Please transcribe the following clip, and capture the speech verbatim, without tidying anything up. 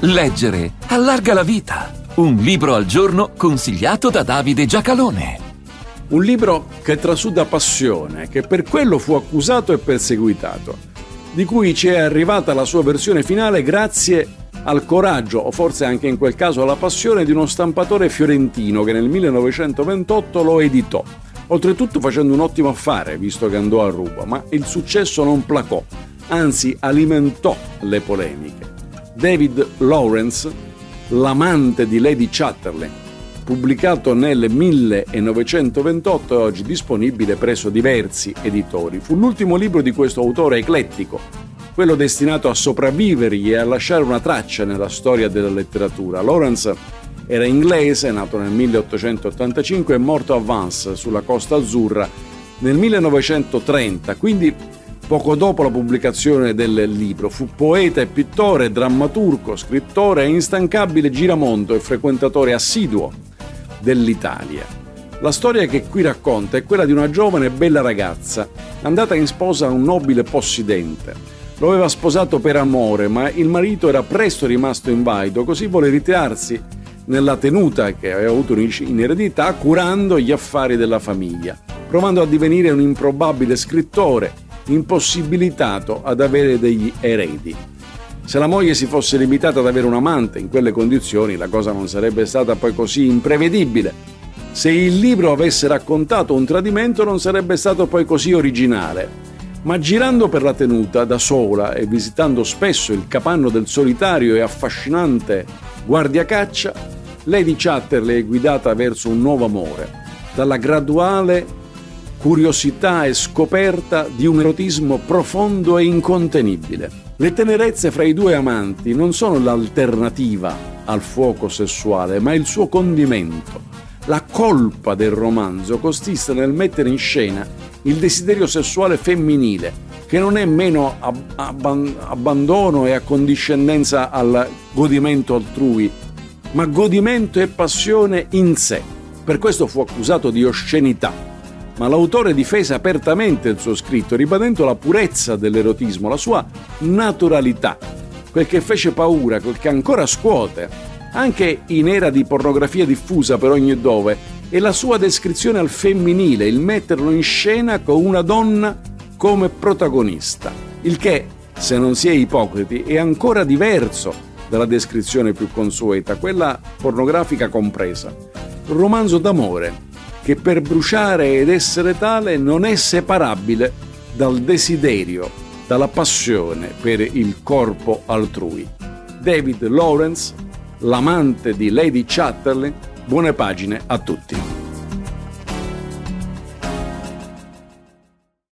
Leggere allarga la vita. Un libro al giorno consigliato da Davide Giacalone. Un libro che trasuda passione, che per quello fu accusato e perseguitato, di cui ci è arrivata la sua versione finale grazie al coraggio, o forse anche in quel caso alla passione, di uno stampatore fiorentino che nel millenovecentoventotto lo editò. Oltretutto facendo un ottimo affare, visto che andò a ruba, ma il successo non placò, anzi alimentò le polemiche. David Lawrence, L'amante di Lady Chatterley, pubblicato nel millenovecentoventotto e oggi disponibile presso diversi editori. Fu l'ultimo libro di questo autore eclettico, quello destinato a sopravvivere e a lasciare una traccia nella storia della letteratura. Lawrence era inglese, nato nel milleottocentottantacinque e morto a Vance, sulla Costa Azzurra, nel millenovecentotrenta, quindi poco dopo la pubblicazione del libro. Fu poeta e pittore, drammaturgo, scrittore e instancabile giramondo e frequentatore assiduo dell'Italia. La storia che qui racconta è quella di una giovane e bella ragazza andata in sposa a un nobile possidente. Lo aveva sposato per amore, ma il marito era presto rimasto invalido, così volle ritirarsi nella tenuta che aveva avuto in eredità, curando gli affari della famiglia, provando a divenire un improbabile scrittore impossibilitato ad avere degli eredi. Se la moglie si fosse limitata ad avere un amante in quelle condizioni, la cosa non sarebbe stata poi così imprevedibile. Se il libro avesse raccontato un tradimento, non sarebbe stato poi così originale. Ma girando per la tenuta da sola e visitando spesso il capanno del solitario e affascinante guardiacaccia, Lady Chatterley è guidata verso un nuovo amore, dalla graduale curiosità e scoperta di un erotismo profondo e incontenibile. Le tenerezze fra i due amanti non sono l'alternativa al fuoco sessuale, ma il suo condimento. La colpa del romanzo consiste nel mettere in scena il desiderio sessuale femminile, che non è meno ab- ab- abbandono e accondiscendenza al godimento altrui, ma godimento e passione in sé. Per questo fu accusato di oscenità. Ma l'autore difese apertamente il suo scritto, ribadendo la purezza dell'erotismo, la sua naturalità, quel che fece paura, quel che ancora scuote, anche in era di pornografia diffusa per ogni dove, e la sua descrizione al femminile, il metterlo in scena con una donna come protagonista, il che, se non si è ipocriti, è ancora diverso dalla descrizione più consueta, quella pornografica compresa. Un romanzo d'amore che per bruciare ed essere tale non è separabile dal desiderio, dalla passione per il corpo altrui. David Lawrence, L'amante di Lady Chatterley, buone pagine a tutti.